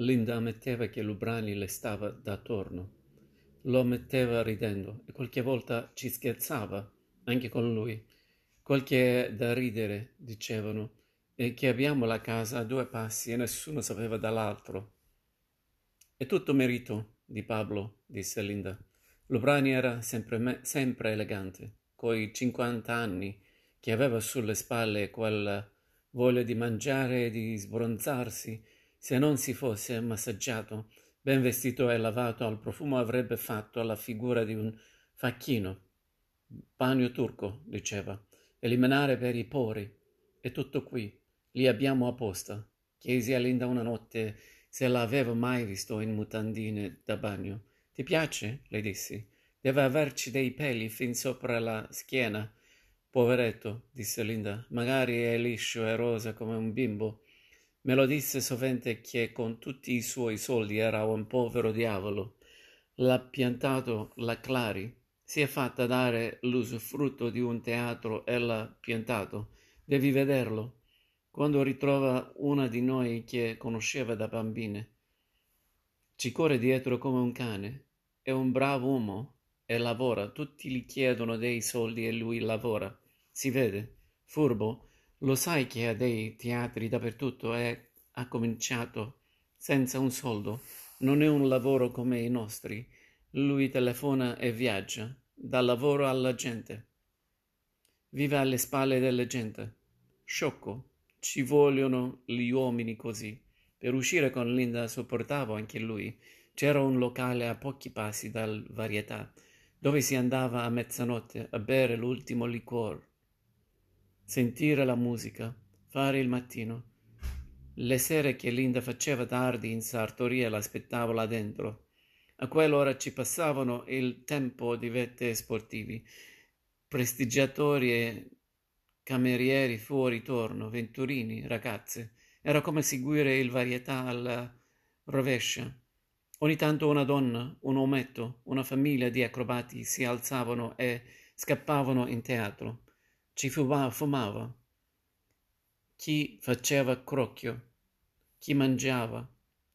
Linda ammetteva che Lubrani le stava d'attorno. Lo ammetteva ridendo e qualche volta ci scherzava anche con lui. Quel che è da ridere, dicevano, è che abbiamo la casa a 2 passi e nessuno sapeva dall'altro. È tutto merito di Pablo, disse Linda. Lubrani era sempre elegante, coi 50 anni che aveva sulle spalle, quel voglia di mangiare e di sbronzarsi. Se non si fosse massaggiato, ben vestito e lavato al profumo, avrebbe fatto la figura di un facchino. Bagno turco, diceva, eliminare per i pori. È tutto qui, li abbiamo apposta. Chiesi a Linda una notte se l'aveva mai visto in mutandine da bagno. Ti piace? Le dissi. Deve averci dei peli fin sopra la schiena. Poveretto, disse Linda, magari è liscio e rosa come un bimbo. Me lo disse sovente che con tutti i suoi soldi era un povero diavolo. L'ha piantato la Clari. Si è fatta dare l'usufrutto di un teatro e l'ha piantato. Devi vederlo. Quando ritrova una di noi che conosceva da bambine, ci corre dietro come un cane. È un bravo uomo e lavora. Tutti gli chiedono dei soldi e lui lavora. Si vede. Furbo. Lo sai che ha dei teatri dappertutto e ha cominciato senza un soldo. Non è un lavoro come i nostri. Lui telefona e viaggia, dà lavoro alla gente. Vive alle spalle della gente. Sciocco. Ci vogliono gli uomini così. Per uscire con Linda sopportavo anche lui. C'era un locale a pochi passi dal Varietà, dove si andava a mezzanotte a bere l'ultimo liquor, sentire la musica, fare il mattino. Le sere che Linda faceva tardi in sartoria l'aspettavo là dentro. A quell'ora ci passavano il tempo di vette sportivi, prestigiatori e camerieri fuori torno, venturini, ragazze. Era come seguire il Varietà alla rovescia. Ogni tanto una donna, un ometto, una famiglia di acrobati si alzavano e scappavano in teatro. Ci fumava. Chi faceva crocchio, chi mangiava.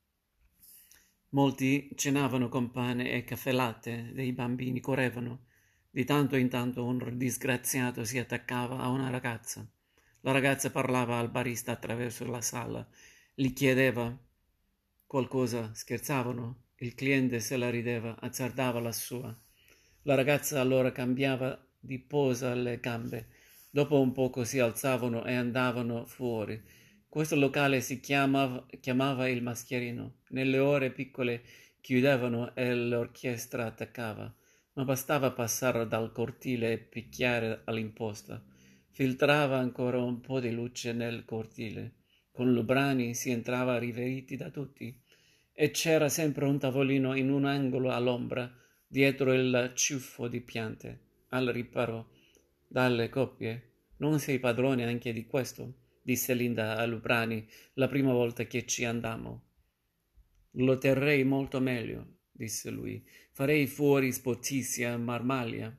Molti cenavano con pane e caffè latte, dei bambini correvano. Di tanto in tanto un disgraziato si attaccava a una ragazza. La ragazza parlava al barista attraverso la sala, gli chiedeva qualcosa, scherzavano. Il cliente se la rideva, azzardava la sua. La ragazza allora cambiava di posa alle gambe. Dopo un poco si alzavano e andavano fuori. Questo locale si chiamava il Mascherino. Nelle ore piccole chiudevano e l'orchestra attaccava, ma bastava passare dal cortile e picchiare all'imposta. Filtrava ancora un po' di luce nel cortile. Con Lubrani si entrava riveriti da tutti e c'era sempre un tavolino in un angolo all'ombra, dietro il ciuffo di piante, al riparo dalle coppie. Non sei padrone anche di questo? Disse Linda a Lubrani la prima volta che ci andammo. Lo terrei molto meglio, disse lui. Farei fuori Spotizia e Marmaglia.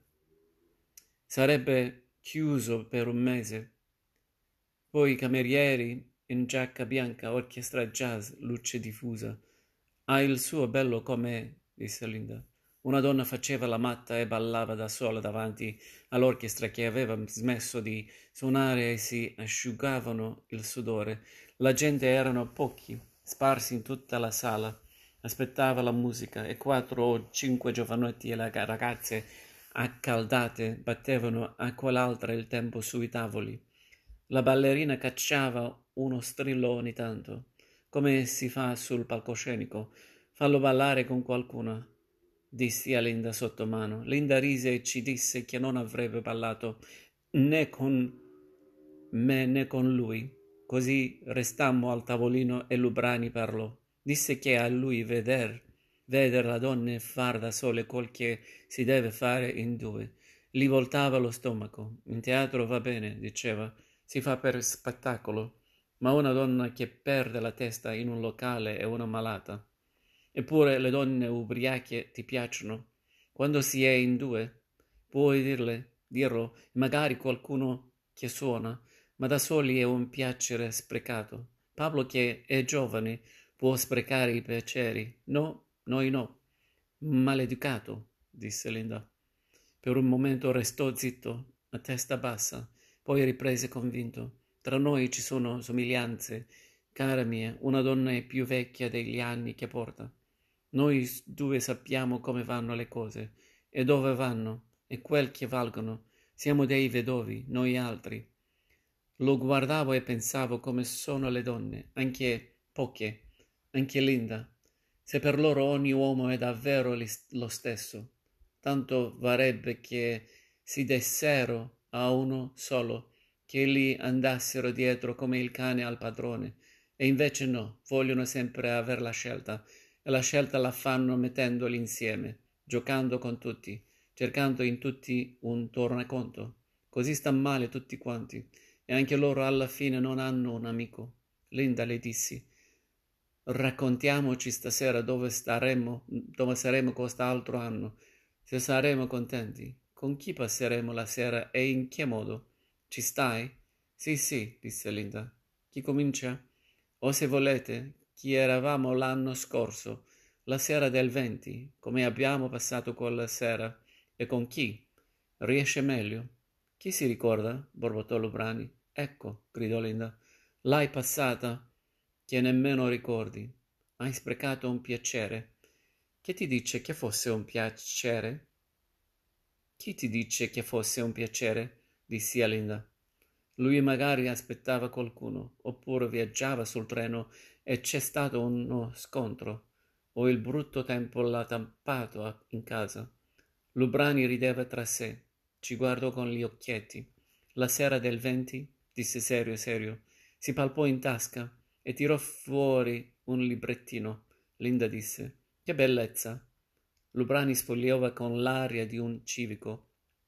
Sarebbe chiuso per un mese. Poi camerieri in giacca bianca, orchestra jazz, luce diffusa. Ha il suo bello com'è, disse Linda. Una donna faceva la matta e ballava da sola davanti all'orchestra che aveva smesso di suonare e si asciugavano il sudore. La gente erano pochi, sparsi in tutta la sala. Aspettava la musica e 4 o 5 giovanotti e le ragazze accaldate battevano a quell'altra il tempo sui tavoli. La ballerina cacciava uno strillo ogni tanto, come si fa sul palcoscenico. Fallo ballare con qualcuno, dissi a Linda sottomano. Linda rise e ci disse che non avrebbe ballato né con me né con lui. Così restammo al tavolino e Lubrani parlò. Disse che a lui veder la donna e far da sole quel che si deve fare in due. Gli voltava lo stomaco. In teatro va bene, diceva, si fa per spettacolo, ma una donna che perde la testa in un locale è una malata. Eppure le donne ubriache ti piacciono. Quando si è in due, puoi dirlo, magari qualcuno che suona, ma da soli è un piacere sprecato. Pablo, che è giovane, può sprecare i piaceri. No, noi no. Maleducato, disse Linda. Per un momento restò zitto, a testa bassa, poi riprese convinto. Tra noi ci sono somiglianze. Cara mia, una donna è più vecchia degli anni che porta. Noi due sappiamo come vanno le cose e dove vanno e quel che valgono. Siamo dei vedovi, noi altri. Lo guardavo e pensavo come sono le donne, anche poche, anche Linda. Se per loro ogni uomo è davvero lo stesso, tanto varrebbe che si dessero a uno solo, che gli andassero dietro come il cane al padrone. E invece no, vogliono sempre aver la scelta, e la scelta la fanno mettendoli insieme, giocando con tutti, cercando in tutti un tornaconto. Così sta male tutti quanti, e anche loro alla fine non hanno un amico. Linda le dissi, raccontiamoci stasera dove saremo quest'altro anno, se saremo contenti, con chi passeremo la sera e in che modo. Ci stai? Sì, sì, disse Linda. Chi comincia? O se volete, chi eravamo l'anno scorso, la sera del 20, come abbiamo passato quella sera, e con chi? Riesce meglio? Chi si ricorda? Borbottò Lubrani. Ecco, gridò Linda, l'hai passata, che nemmeno ricordi. Hai sprecato un piacere. Che ti dice che fosse un piacere? Chi ti dice che fosse un piacere? Dissi a Linda. Lui magari aspettava qualcuno, oppure viaggiava sul treno e c'è stato uno scontro, o il brutto tempo l'ha tampato in casa. Lubrani rideva tra sé, ci guardò con gli occhietti. La sera del 20, disse serio serio, si palpò in tasca e tirò fuori un librettino. Linda disse, che bellezza! Lubrani sfogliava con l'aria di un civico.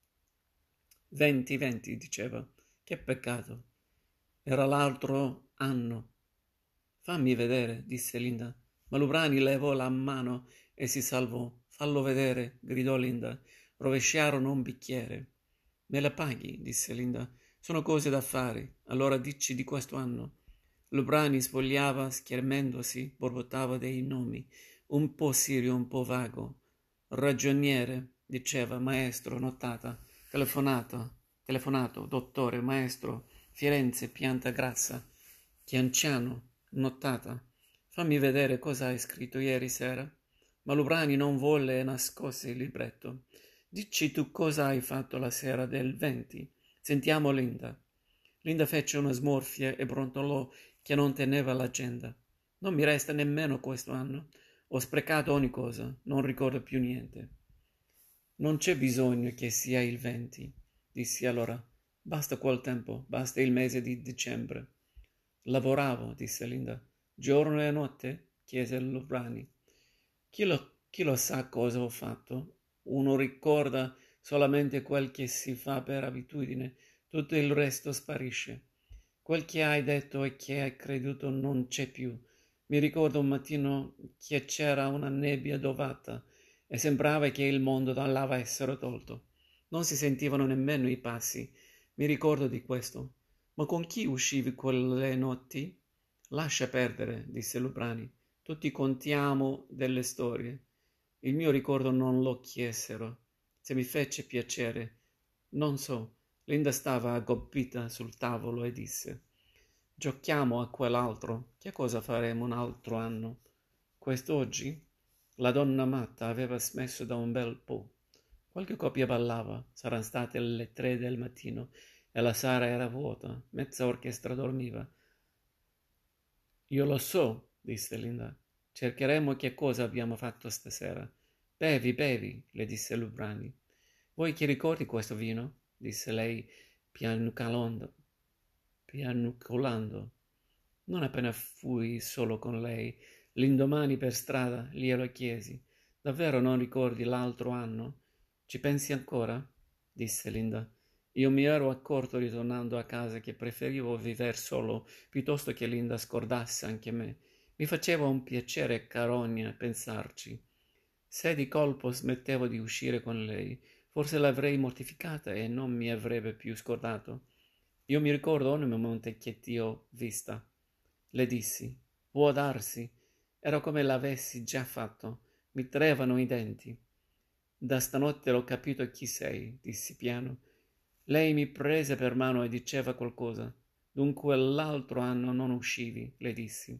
20, 20, diceva. Che peccato. Era l'altro anno. Fammi vedere, disse Linda. Ma Lubrani levò la mano e si salvò. Fallo vedere, gridò Linda. Rovesciarono un bicchiere. Me la paghi, disse Linda. Sono cose da fare. Allora dici di questo anno. Lubrani sfogliava, schermendosi, borbottava dei nomi, un po' serio, un po' vago. Ragioniere, diceva, maestro, notata, telefonato, dottore, maestro, Firenze, pianta grassa, Chianciano, notata. Fammi vedere cosa hai scritto ieri sera. Ma Lubrani non volle e nascose il libretto. Dici tu cosa hai fatto la sera del 20. Sentiamo Linda. Linda fece una smorfia e brontolò che non teneva l'agenda. Non mi resta nemmeno questo anno. Ho sprecato ogni cosa, non ricordo più niente. Non c'è bisogno che sia il 20, dissi allora. Basta quel tempo, basta il mese di dicembre. Lavoravo, disse Linda. Giorno e notte? Chiese Lubrani. Chi lo sa cosa ho fatto? Uno ricorda solamente quel che si fa per abitudine, tutto il resto sparisce. Quel che hai detto e che hai creduto non c'è più. Mi ricordo un mattino che c'era una nebbia dovata e sembrava che il mondo dall'avessero tolto. Non si sentivano nemmeno i passi. Mi ricordo di questo. Ma con chi uscivi quelle notti? Lascia perdere, disse Lubrani. Tutti contiamo delle storie. Il mio ricordo non lo chiesero. Se mi fece piacere. Non so. Linda stava aggobbita sul tavolo e disse: Giochiamo a quell'altro. Che cosa faremo un altro anno? Quest'oggi? La donna matta aveva smesso da un bel po'. Qualche coppia ballava. Saran state le 3 del mattino e la sala era vuota. Mezza orchestra dormiva. Io lo so, disse Linda. Cercheremo che cosa abbiamo fatto stasera. Bevi, bevi, le disse Lubrani. Vuoi che ricordi questo vino? Disse lei piagnucolando. Non appena fui solo con lei, l'indomani per strada, glielo chiesi. Davvero non ricordi l'altro anno? Ci pensi ancora? Disse Linda. Io mi ero accorto ritornando a casa che preferivo viver solo piuttosto che Linda scordasse anche me. Mi faceva un piacere carogna pensarci. Se di colpo smettevo di uscire con lei, forse l'avrei mortificata e non mi avrebbe più scordato. Io mi ricordo ogni momento che ti ho vista. Le dissi, può darsi, Era come l'avessi già fatto. Mi tremavano i denti. Da stanotte ho capito chi sei, dissi piano. Lei mi prese per mano e diceva qualcosa. Dunque l'altro anno non uscivi, le dissi.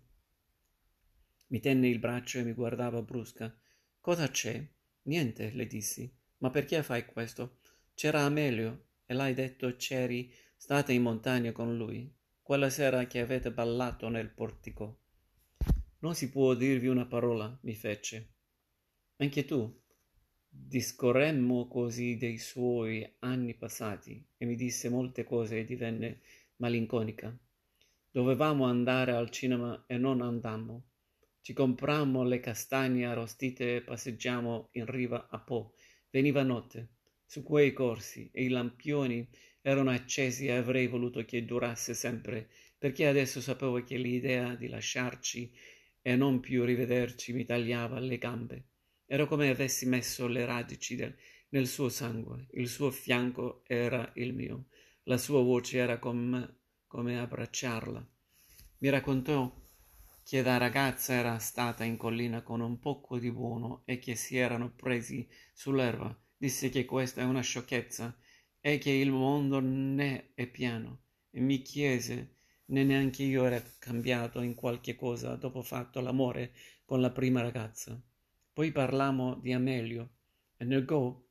Mi tenne il braccio e mi guardava brusca. Cosa c'è? Niente, le dissi. Ma perché fai questo? C'era Amelio e l'hai detto c'eri stata in montagna con lui, quella sera che avete ballato nel portico. Non si può dirvi una parola, mi fece. Anche tu. Discorremmo così dei suoi anni passati e mi disse molte cose e divenne malinconica. Dovevamo andare al cinema e non andammo. Ci comprammo le castagne arrostite e passeggiammo in riva a Po. Veniva notte. Su quei corsi e i lampioni erano accesi e avrei voluto che durasse sempre, perché adesso sapevo che l'idea di lasciarci e non più rivederci mi tagliava le gambe. Era come avessi messo le radici nel suo sangue, il suo fianco era il mio, la sua voce era come abbracciarla. Mi raccontò che da ragazza era stata in collina con un poco di buono e che si erano presi sull'erba. Disse che questa è una sciocchezza e che il mondo ne è pieno. E mi chiese né neanche io ero cambiato in qualche cosa dopo fatto l'amore con la prima ragazza. Poi parlammo di Amelio e negò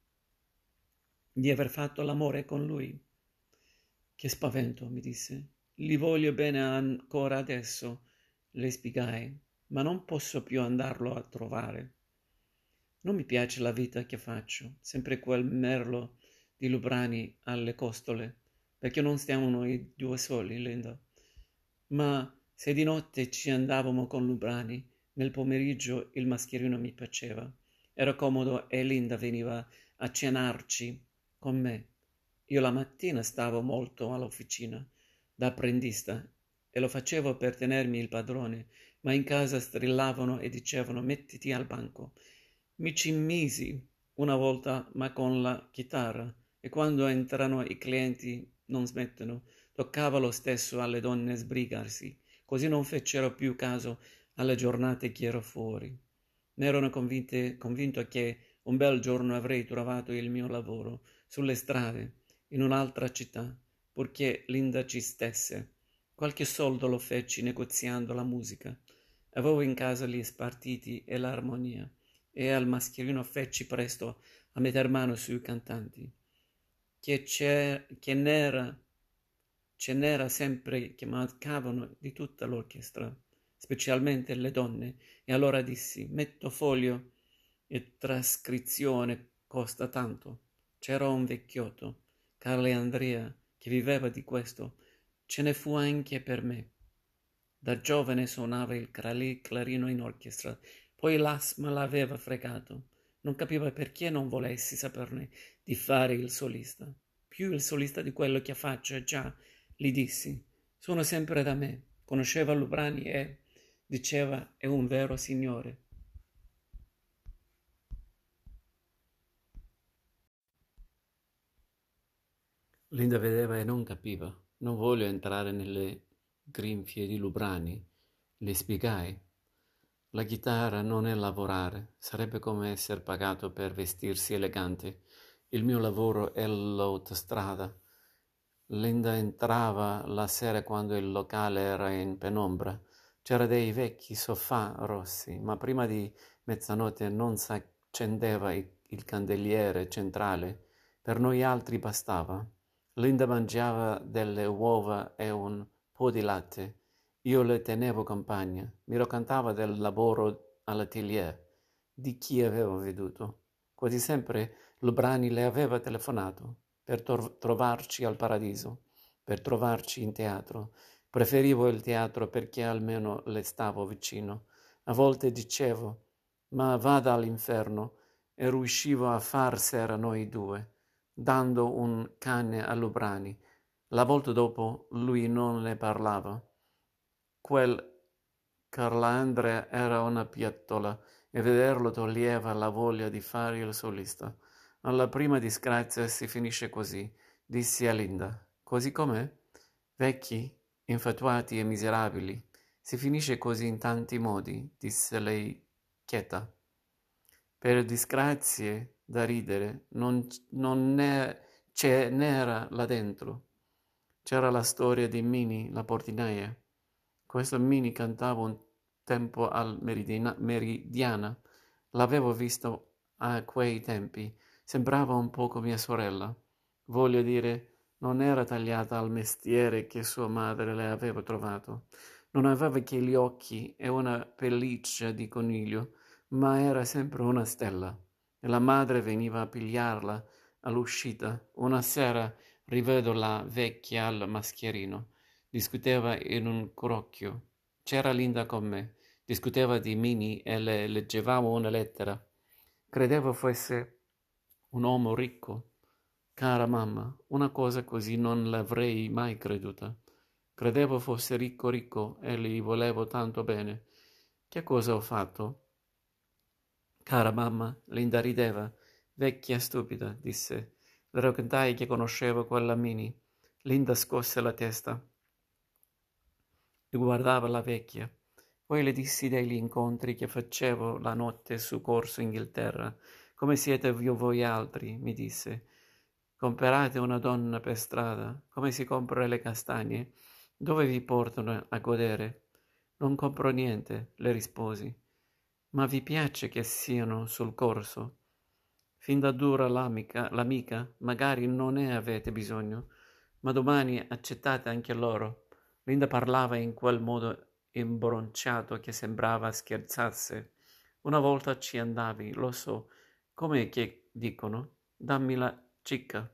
di aver fatto l'amore con lui. Che spavento, mi disse. Li voglio bene ancora adesso, le spiegai, ma non posso più andarlo a trovare. Non mi piace la vita che faccio, sempre quel merlo di Lubrani alle costole, perché non stiamo noi due soli, Linda. Ma se di notte ci andavamo con Lubrani, nel pomeriggio il mascherino mi piaceva. Era comodo e Linda veniva a cenarci con me. Io la mattina stavo molto all'officina, da apprendista, e lo facevo per tenermi il padrone, ma in casa strillavano e dicevano mettiti al banco. Mi ci misi una volta, ma con la chitarra, e quando entrano i clienti non smettono. Toccava lo stesso alle donne sbrigarsi, così non fecero più caso alle giornate che ero fuori. Ne ero convinto che un bel giorno avrei trovato il mio lavoro sulle strade, in un'altra città, purché Linda ci stesse. Qualche soldo lo feci negoziando la musica. Avevo in casa gli spartiti e l'armonia, e al mascherino feci presto a metter mano sui cantanti. Che ce n'era sempre che mancavano di tutta l'orchestra, specialmente le donne, e allora dissi, metto foglio e trascrizione costa tanto. C'era un vecchiotto, Carlo Andrea, che viveva di questo. Ce ne fu anche per me. Da giovane suonava il clarino in orchestra, poi l'asma l'aveva fregato. Non capiva perché non volessi saperne di fare il solista. Più il solista di quello che faccio già, gli dissi. Suono sempre da me. Conosceva Lubrani e diceva è un vero signore. Linda vedeva e non capiva. Non voglio entrare nelle grinfie di Lubrani, le spiegai. La chitarra non è lavorare, sarebbe come essere pagato per vestirsi elegante. Il mio lavoro è l'autostrada. Linda entrava la sera quando il locale era in penombra. C'era dei vecchi sofà rossi, ma prima di mezzanotte non s'accendeva il candeliere centrale. Per noi altri bastava. Linda mangiava delle uova e un po' di latte. Io le tenevo compagna. Mi raccontava del lavoro all'atelier, di chi aveva veduto. Quasi sempre Lubrani le aveva telefonato per trovarci al Paradiso, per trovarci in teatro. Preferivo il teatro perché almeno le stavo vicino. A volte dicevo, ma vada all'inferno, e riuscivo a farsela noi due, dando un cane a Lubrani. La volta dopo lui non ne parlava. Quel Carlandre era una piattola e vederlo toglieva la voglia di fare il solista. Alla prima disgrazia si finisce così, dissi a Linda. Così com'è? Vecchi, infatuati e miserabili. Si finisce così in tanti modi, disse lei cheta. Per disgrazie da ridere, ce n'era là dentro. C'era la storia di Minnie, la portinaia. Questa Minnie cantava un tempo al Meridiana. L'avevo visto a quei tempi. Sembrava un poco mia sorella. Voglio dire, non era tagliata al mestiere che sua madre le aveva trovato. Non aveva che gli occhi e una pelliccia di coniglio, ma era sempre una stella. E la madre veniva a pigliarla all'uscita. Una sera rivedo la vecchia al mascherino. Discuteva in un crocchio. C'era Linda con me. Discuteva di Minnie e le leggevamo una lettera. Credevo fosse un uomo ricco. Cara mamma, una cosa così non l'avrei mai creduta. Credevo fosse ricco ricco e gli volevo tanto bene. Che cosa ho fatto? Cara mamma, Linda rideva. Vecchia stupida, disse. Le raccontai che conoscevo quella Minnie. Linda scosse la testa e guardava la vecchia. Poi le dissi degli incontri che facevo la notte su Corso Inghilterra. Come siete voi altri, mi disse. Comperate una donna per strada, come si compra le castagne? Dove vi portano a godere? Non compro niente, le risposi. Ma vi piace che siano sul corso? Fin da dura l'amica, magari non ne avete bisogno, ma domani accettate anche loro. Linda parlava in quel modo imbronciato che sembrava scherzasse. Una volta ci andavi, lo so, come che dicono? Dammi la cicca.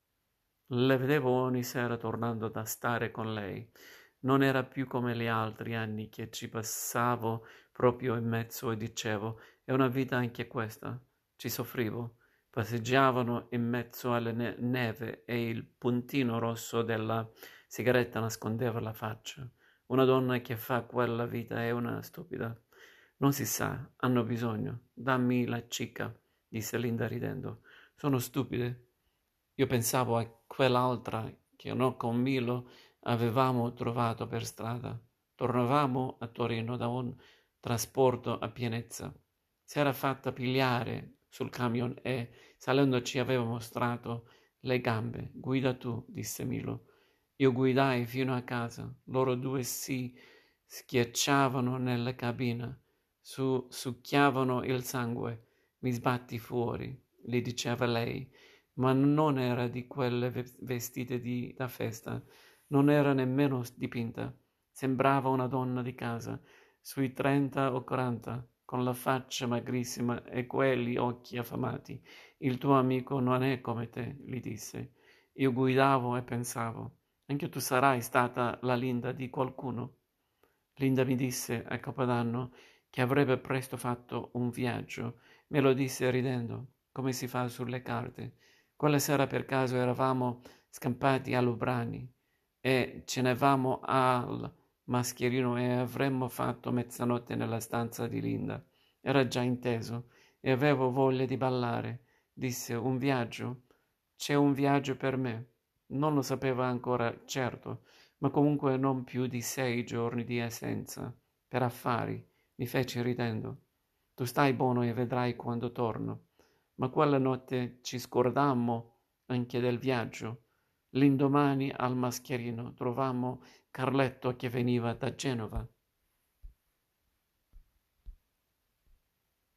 Le vedevo ogni sera tornando da stare con lei. Non era più come gli altri anni che ci passavo proprio in mezzo e dicevo, è una vita anche questa. Ci soffrivo. Passeggiavano in mezzo alla neve e il puntino rosso della sigaretta nascondeva la faccia. Una donna che fa quella vita è una stupida. Non si sa, hanno bisogno. Dammi la cicca, disse Linda ridendo. Sono stupide. Io pensavo a quell'altra che no con Milo avevamo trovato per strada. Tornavamo a Torino da un trasporto a Pienezza. Si era fatta pigliare sul camion e, salendo, ci aveva mostrato le gambe. Guida tu, disse Milo. Io guidai fino a casa. Loro due si schiacciavano nella cabina, succhiavano il sangue. Mi sbatti fuori, gli diceva lei, ma non era di quelle vestite da festa, non era nemmeno dipinta. Sembrava una donna di casa, sui 30 o 40, con la faccia magrissima e quegli occhi affamati. Il tuo amico non è come te, gli disse. Io guidavo e pensavo, anche tu sarai stata la Linda di qualcuno. Linda mi disse a Capodanno che avrebbe presto fatto un viaggio. Me lo disse ridendo, come si fa sulle carte. Quella sera per caso eravamo scampati a Lubrani e cenavamo al mascherino e avremmo fatto mezzanotte nella stanza di Linda. Era già inteso e avevo voglia di ballare. Disse, un viaggio? C'è un viaggio per me. Non lo sapeva ancora certo, ma comunque non più di 6 giorni di assenza, per affari, mi fece ridendo. Tu stai buono e vedrai quando torno. Ma quella notte ci scordammo anche del viaggio. L'indomani al mascherino trovammo Carletto che veniva da Genova.